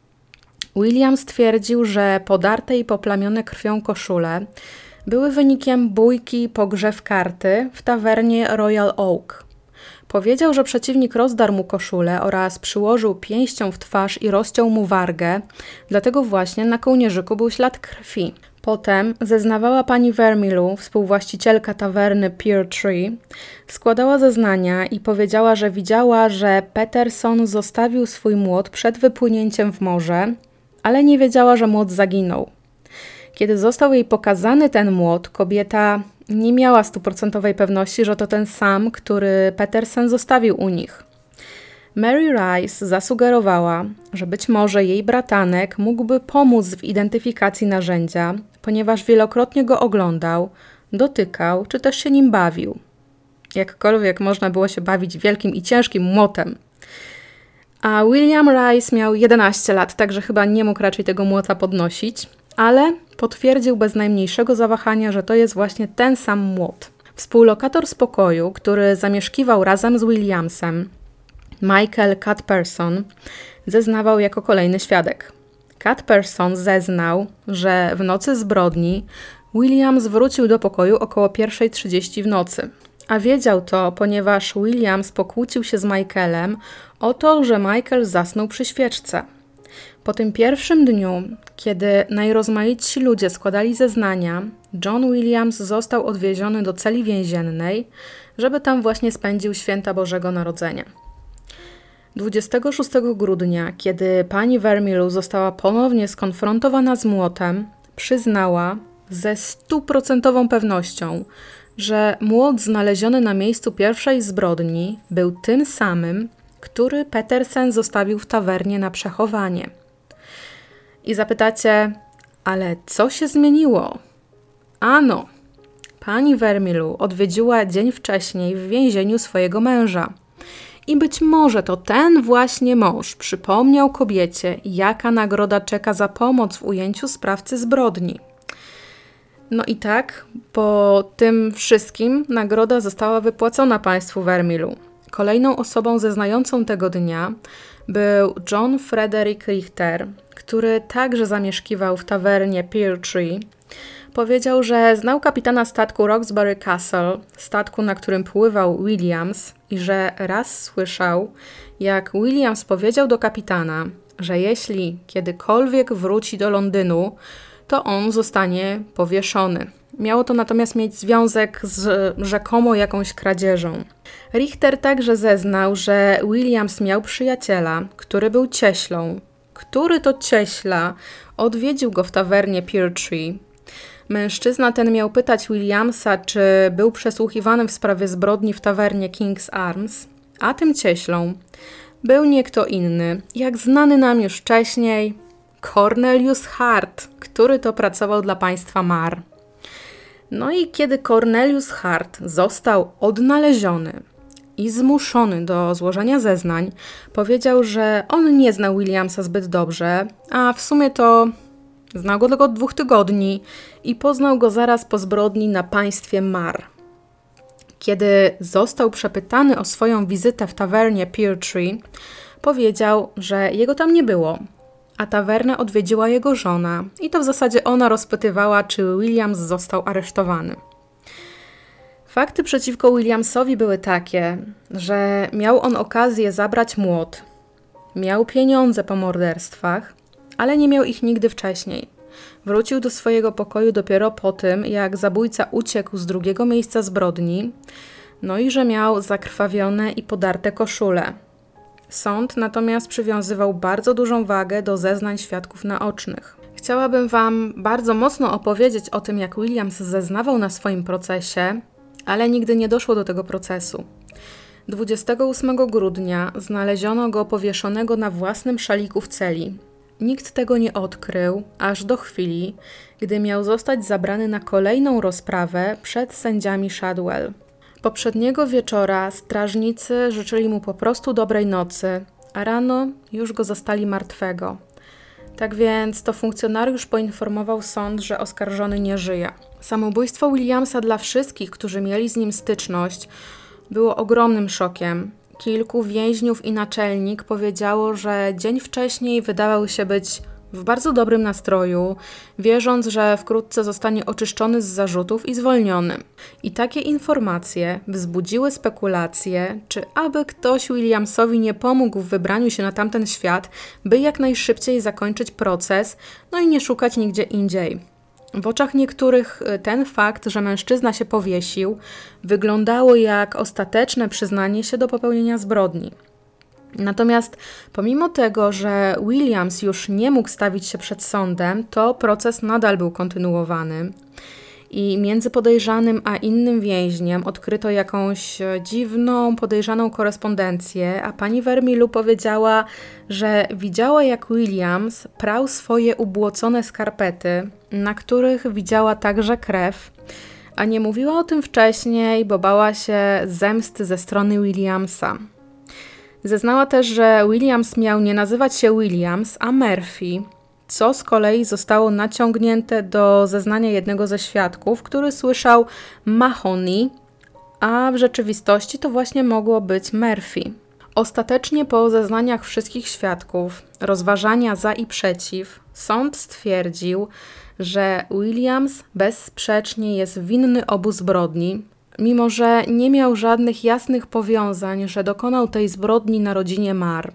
Williams twierdził, że podarte i poplamione krwią koszule były wynikiem bójki po grze w karty w tawernie Royal Oak. Powiedział, że przeciwnik rozdarł mu koszulę oraz przyłożył pięścią w twarz i rozciął mu wargę, dlatego właśnie na kołnierzyku był ślad krwi. Potem zeznawała pani Vermilu, współwłaścicielka tawerny Pear Tree, składała zeznania i powiedziała, że widziała, że Peterson zostawił swój młot przed wypłynięciem w morze, ale nie wiedziała, że młot zaginął. Kiedy został jej pokazany ten młot, kobieta nie miała 100% pewności, że to ten sam, który Petersen zostawił u nich. Mary Rice zasugerowała, że być może jej bratanek mógłby pomóc w identyfikacji narzędzia, ponieważ wielokrotnie go oglądał, dotykał czy też się nim bawił. Jakkolwiek można było się bawić wielkim i ciężkim młotem. A William Rice miał 11 lat, także chyba nie mógł raczej tego młota podnosić, ale potwierdził bez najmniejszego zawahania, że to jest właśnie ten sam młot. Współlokator z pokoju, który zamieszkiwał razem z Williamsem, Michael Cuthbertson, zeznawał jako kolejny świadek. Cuthbertson zeznał, że w nocy zbrodni Williams wrócił do pokoju około 1:30 w nocy. A wiedział to, ponieważ Williams pokłócił się z Michaelem o to, że Michael zasnął przy świeczce. Po tym pierwszym dniu, kiedy najrozmaitsi ludzie składali zeznania, John Williams został odwieziony do celi więziennej, żeby tam właśnie spędził święta Bożego Narodzenia. 26 grudnia, kiedy pani Vermilu została ponownie skonfrontowana z młotem, przyznała ze 100% pewnością, że młot znaleziony na miejscu pierwszej zbrodni był tym samym, który Petersen zostawił w tawernie na przechowanie. I zapytacie, ale co się zmieniło? Ano, pani Vermilu odwiedziła dzień wcześniej w więzieniu swojego męża. I być może to ten właśnie mąż przypomniał kobiecie, jaka nagroda czeka za pomoc w ujęciu sprawcy zbrodni. No i tak, po tym wszystkim nagroda została wypłacona państwu Vermilu. Kolejną osobą zeznającą tego dnia był John Frederick Richter, który także zamieszkiwał w tawernie Pear Tree. Powiedział, że znał kapitana statku Roxbury Castle, statku, na którym pływał Williams, i że raz słyszał, jak Williams powiedział do kapitana, że jeśli kiedykolwiek wróci do Londynu, to on zostanie powieszony. Miało to natomiast mieć związek z rzekomo jakąś kradzieżą. Richter także zeznał, że Williams miał przyjaciela, który był cieślą. Który to cieśla odwiedził go w tawernie Pear Tree. Mężczyzna ten miał pytać Williamsa, czy był przesłuchiwany w sprawie zbrodni w tawernie King's Arms, a tym cieślą był nie kto inny, jak znany nam już wcześniej, Cornelius Hart, który to pracował dla państwa Marr. No i kiedy Cornelius Hart został odnaleziony i zmuszony do złożenia zeznań, powiedział, że on nie znał Williamsa zbyt dobrze, a w sumie to znał go tylko od 2 tygodni i poznał go zaraz po zbrodni na państwie Marr. Kiedy został przepytany o swoją wizytę w tawernie Pear Tree, powiedział, że jego tam nie było, a tawernę odwiedziła jego żona i to w zasadzie ona rozpytywała, czy Williams został aresztowany. Fakty przeciwko Williamsowi były takie, że miał on okazję zabrać młot, miał pieniądze po morderstwach, ale nie miał ich nigdy wcześniej. Wrócił do swojego pokoju dopiero po tym, jak zabójca uciekł z drugiego miejsca zbrodni, no i że miał zakrwawione i podarte koszule. Sąd natomiast przywiązywał bardzo dużą wagę do zeznań świadków naocznych. Chciałabym Wam bardzo mocno opowiedzieć o tym, jak Williams zeznawał na swoim procesie, ale nigdy nie doszło do tego procesu. 28 grudnia znaleziono go powieszonego na własnym szaliku w celi. Nikt tego nie odkrył, aż do chwili, gdy miał zostać zabrany na kolejną rozprawę przed sędziami Shadwell. Poprzedniego wieczora strażnicy życzyli mu po prostu dobrej nocy, a rano już go zastali martwego. Tak więc to funkcjonariusz poinformował sąd, że oskarżony nie żyje. Samobójstwo Williamsa dla wszystkich, którzy mieli z nim styczność, było ogromnym szokiem. Kilku więźniów i naczelnik powiedziało, że dzień wcześniej wydawał się być w bardzo dobrym nastroju, wierząc, że wkrótce zostanie oczyszczony z zarzutów i zwolniony. I takie informacje wzbudziły spekulacje, czy aby ktoś Williamsowi nie pomógł w wybraniu się na tamten świat, by jak najszybciej zakończyć proces, no i nie szukać nigdzie indziej. W oczach niektórych ten fakt, że mężczyzna się powiesił, wyglądało jak ostateczne przyznanie się do popełnienia zbrodni. Natomiast pomimo tego, że Williams już nie mógł stawić się przed sądem, to proces nadal był kontynuowany. I między podejrzanym a innym więźniem odkryto jakąś dziwną, podejrzaną korespondencję, a pani Vermilu powiedziała, że widziała, jak Williams prał swoje ubłocone skarpety, na których widziała także krew, a nie mówiła o tym wcześniej, bo bała się zemsty ze strony Williamsa. Zeznała też, że Williams miał nie nazywać się Williams, a Murphy, co z kolei zostało naciągnięte do zeznania jednego ze świadków, który słyszał Mahoney, a w rzeczywistości to właśnie mogło być Murphy. Ostatecznie po zeznaniach wszystkich świadków, rozważania za i przeciw, sąd stwierdził, że Williams bezsprzecznie jest winny obu zbrodni, mimo że nie miał żadnych jasnych powiązań, że dokonał tej zbrodni na rodzinie Marr.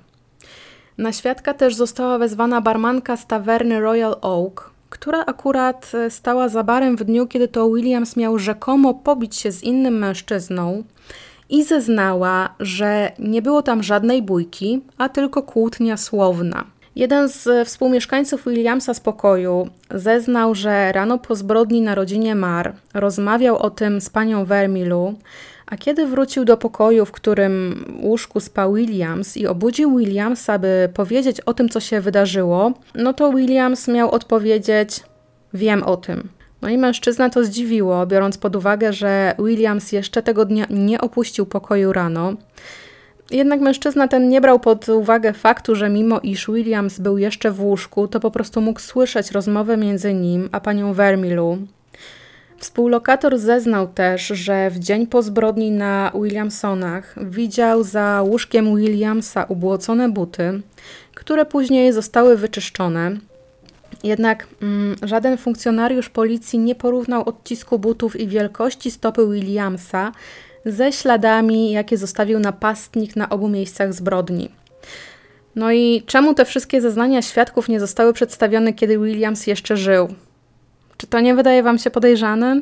Na świadka też została wezwana barmanka z tawerny Royal Oak, która akurat stała za barem w dniu, kiedy to Williams miał rzekomo pobić się z innym mężczyzną i zeznała, że nie było tam żadnej bójki, a tylko kłótnia słowna. Jeden z współmieszkańców Williamsa z pokoju zeznał, że rano po zbrodni na rodzinie Marr rozmawiał o tym z panią Vermilu, a kiedy wrócił do pokoju, w którym łóżku spał Williams i obudził Williamsa, by powiedzieć o tym, co się wydarzyło, no to Williams miał odpowiedzieć: wiem o tym. No i mężczyznę to zdziwiło, biorąc pod uwagę, że Williams jeszcze tego dnia nie opuścił pokoju rano. Jednak mężczyzna ten nie brał pod uwagę faktu, że mimo iż Williams był jeszcze w łóżku, to po prostu mógł słyszeć rozmowę między nim a panią Vermilu. Współlokator zeznał też, że w dzień po zbrodni na Williamsonach widział za łóżkiem Williamsa ubłocone buty, które później zostały wyczyszczone. Jednak żaden funkcjonariusz policji nie porównał odcisku butów i wielkości stopy Williamsa ze śladami, jakie zostawił napastnik na obu miejscach zbrodni. No i czemu te wszystkie zeznania świadków nie zostały przedstawione, kiedy Williams jeszcze żył? Czy to nie wydaje wam się podejrzane?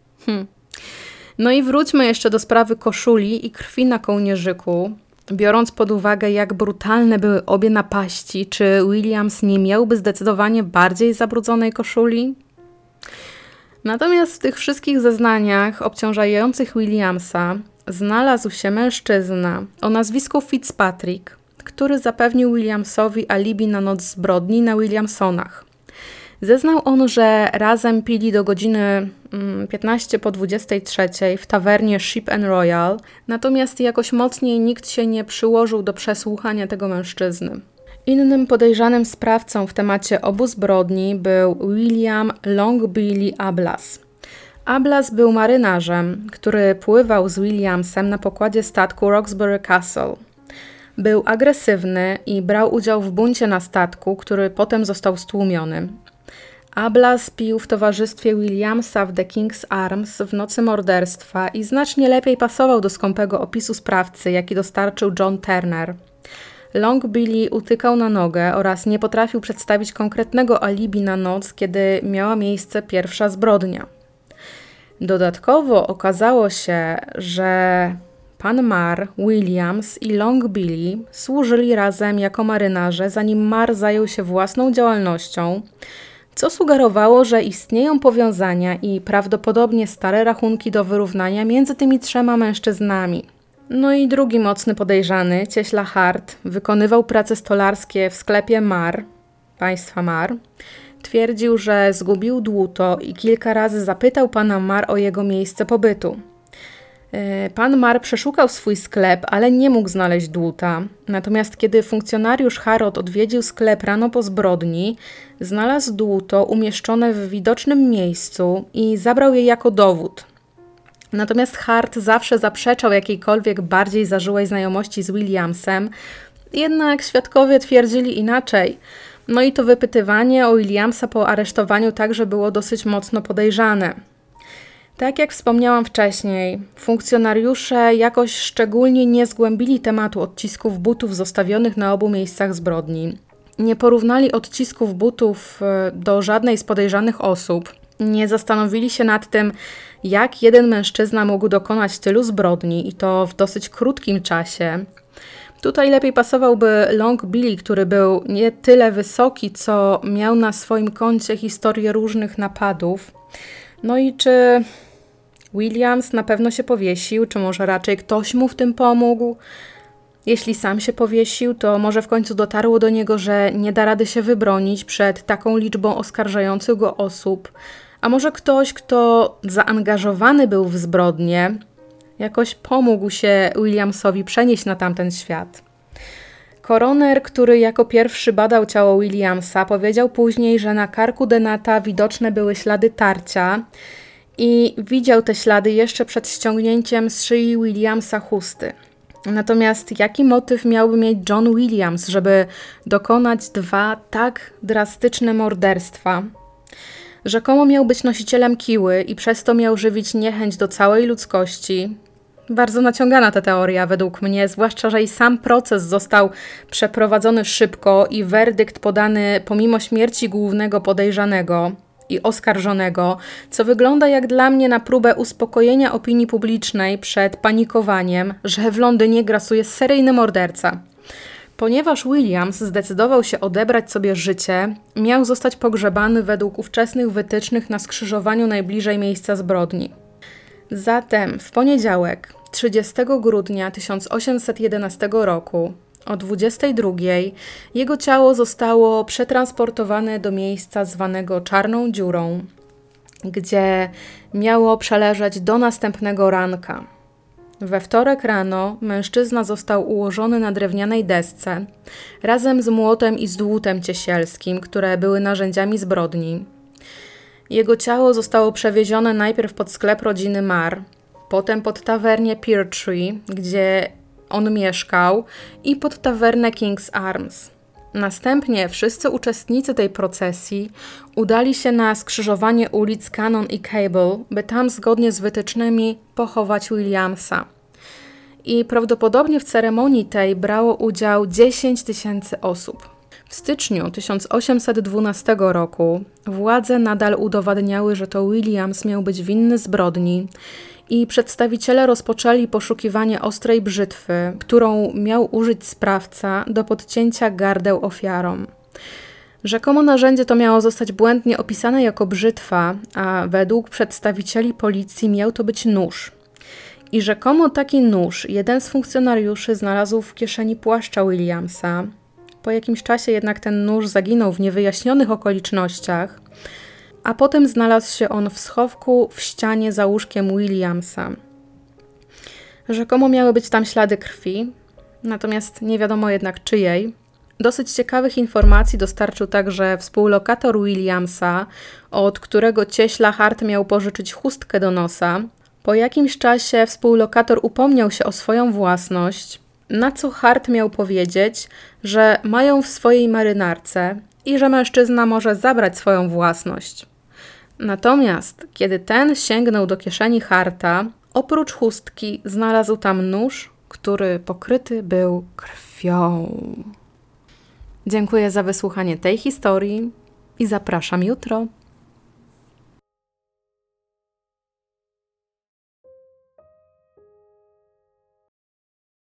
No i wróćmy jeszcze do sprawy koszuli i krwi na kołnierzyku. Biorąc pod uwagę, jak brutalne były obie napaści, czy Williams nie miałby zdecydowanie bardziej zabrudzonej koszuli? Natomiast w tych wszystkich zeznaniach obciążających Williamsa znalazł się mężczyzna o nazwisku Fitzpatrick, który zapewnił Williamsowi alibi na noc zbrodni na Williamsonach. Zeznał on, że razem pili do godziny 15 po 23 w tawernie Ship and Royal, natomiast jakoś mocniej nikt się nie przyłożył do przesłuchania tego mężczyzny. Innym podejrzanym sprawcą w temacie obu zbrodni był William Long Billy Ablas. Ablas był marynarzem, który pływał z Williamsem na pokładzie statku Roxbury Castle. Był agresywny i brał udział w buncie na statku, który potem został stłumiony. Ablas pił w towarzystwie Williamsa w The King's Arms w nocy morderstwa i znacznie lepiej pasował do skąpego opisu sprawcy, jaki dostarczył John Turner. Long Billy utykał na nogę oraz nie potrafił przedstawić konkretnego alibi na noc, kiedy miała miejsce pierwsza zbrodnia. Dodatkowo okazało się, że pan Marr, Williams i Long Billy służyli razem jako marynarze, zanim Marr zajął się własną działalnością, co sugerowało, że istnieją powiązania i prawdopodobnie stare rachunki do wyrównania między tymi trzema mężczyznami. No i drugi mocny podejrzany, cieśla Hart, wykonywał prace stolarskie w sklepie Marr, państwa Marr. Twierdził, że zgubił dłuto i kilka razy zapytał pana Marr o jego miejsce pobytu. Pan Marr przeszukał swój sklep, ale nie mógł znaleźć dłuta. Natomiast kiedy funkcjonariusz Harrod odwiedził sklep rano po zbrodni, znalazł dłuto umieszczone w widocznym miejscu i zabrał je jako dowód. Natomiast Hart zawsze zaprzeczał jakiejkolwiek bardziej zażyłej znajomości z Williamsem, jednak świadkowie twierdzili inaczej. No i to wypytywanie o Williamsa po aresztowaniu także było dosyć mocno podejrzane. Tak jak wspomniałam wcześniej, funkcjonariusze jakoś szczególnie nie zgłębili tematu odcisków butów zostawionych na obu miejscach zbrodni. Nie porównali odcisków butów do żadnej z podejrzanych osób. Nie zastanowili się nad tym, jak jeden mężczyzna mógł dokonać tylu zbrodni i to w dosyć krótkim czasie. Tutaj lepiej pasowałby Long Billy, który był nie tyle wysoki, co miał na swoim koncie historię różnych napadów. No i czy Williams na pewno się powiesił, czy może raczej ktoś mu w tym pomógł? Jeśli sam się powiesił, to może w końcu dotarło do niego, że nie da rady się wybronić przed taką liczbą oskarżających go osób. A może ktoś, kto zaangażowany był w zbrodnię, jakoś pomógł się Williamsowi przenieść na tamten świat. Koroner, który jako pierwszy badał ciało Williamsa, powiedział później, że na karku Denata widoczne były ślady tarcia i widział te ślady jeszcze przed ściągnięciem z szyi Williamsa chusty. Natomiast jaki motyw miałby mieć John Williams, żeby dokonać dwa tak drastyczne morderstwa? Rzekomo miał być nosicielem kiły i przez to miał żywić niechęć do całej ludzkości. Bardzo naciągana ta teoria według mnie, zwłaszcza, że i sam proces został przeprowadzony szybko i werdykt podany pomimo śmierci głównego podejrzanego i oskarżonego, co wygląda jak dla mnie na próbę uspokojenia opinii publicznej przed panikowaniem, że w Londynie grasuje seryjny morderca. Ponieważ Williams zdecydował się odebrać sobie życie, miał zostać pogrzebany według ówczesnych wytycznych na skrzyżowaniu najbliżej miejsca zbrodni. Zatem w poniedziałek, 30 grudnia 1811 roku, o 22 jego ciało zostało przetransportowane do miejsca zwanego Czarną Dziurą, gdzie miało przeleżeć do następnego ranka. We wtorek rano mężczyzna został ułożony na drewnianej desce razem z młotem i z dłutem ciesielskim, które były narzędziami zbrodni. Jego ciało zostało przewiezione najpierw pod sklep rodziny Marr, potem pod tawernię Peartree, gdzie on mieszkał, i pod tawernę King's Arms. Następnie wszyscy uczestnicy tej procesji udali się na skrzyżowanie ulic Cannon i Cable, by tam zgodnie z wytycznymi pochować Williamsa. i prawdopodobnie w ceremonii tej brało udział 10 000 osób. W styczniu 1812 roku władze nadal udowadniały, że to Williams miał być winny zbrodni i przedstawiciele rozpoczęli poszukiwanie ostrej brzytwy, którą miał użyć sprawca do podcięcia gardeł ofiarom. Rzekomo narzędzie to miało zostać błędnie opisane jako brzytwa, a według przedstawicieli policji miał to być nóż. I rzekomo taki nóż jeden z funkcjonariuszy znalazł w kieszeni płaszcza Williamsa. Po jakimś czasie jednak ten nóż zaginął w niewyjaśnionych okolicznościach, a potem znalazł się on w schowku w ścianie za łóżkiem Williamsa. Rzekomo miały być tam ślady krwi, natomiast nie wiadomo jednak czyjej. Dosyć ciekawych informacji dostarczył także współlokator Williamsa, od którego cieśla Hart miał pożyczyć chustkę do nosa. Po jakimś czasie współlokator upomniał się o swoją własność, na co Hart miał powiedzieć, że mają w swojej marynarce i że mężczyzna może zabrać swoją własność. Natomiast kiedy ten sięgnął do kieszeni Harta, oprócz chustki znalazł tam nóż, który pokryty był krwią. Dziękuję za wysłuchanie tej historii i zapraszam jutro.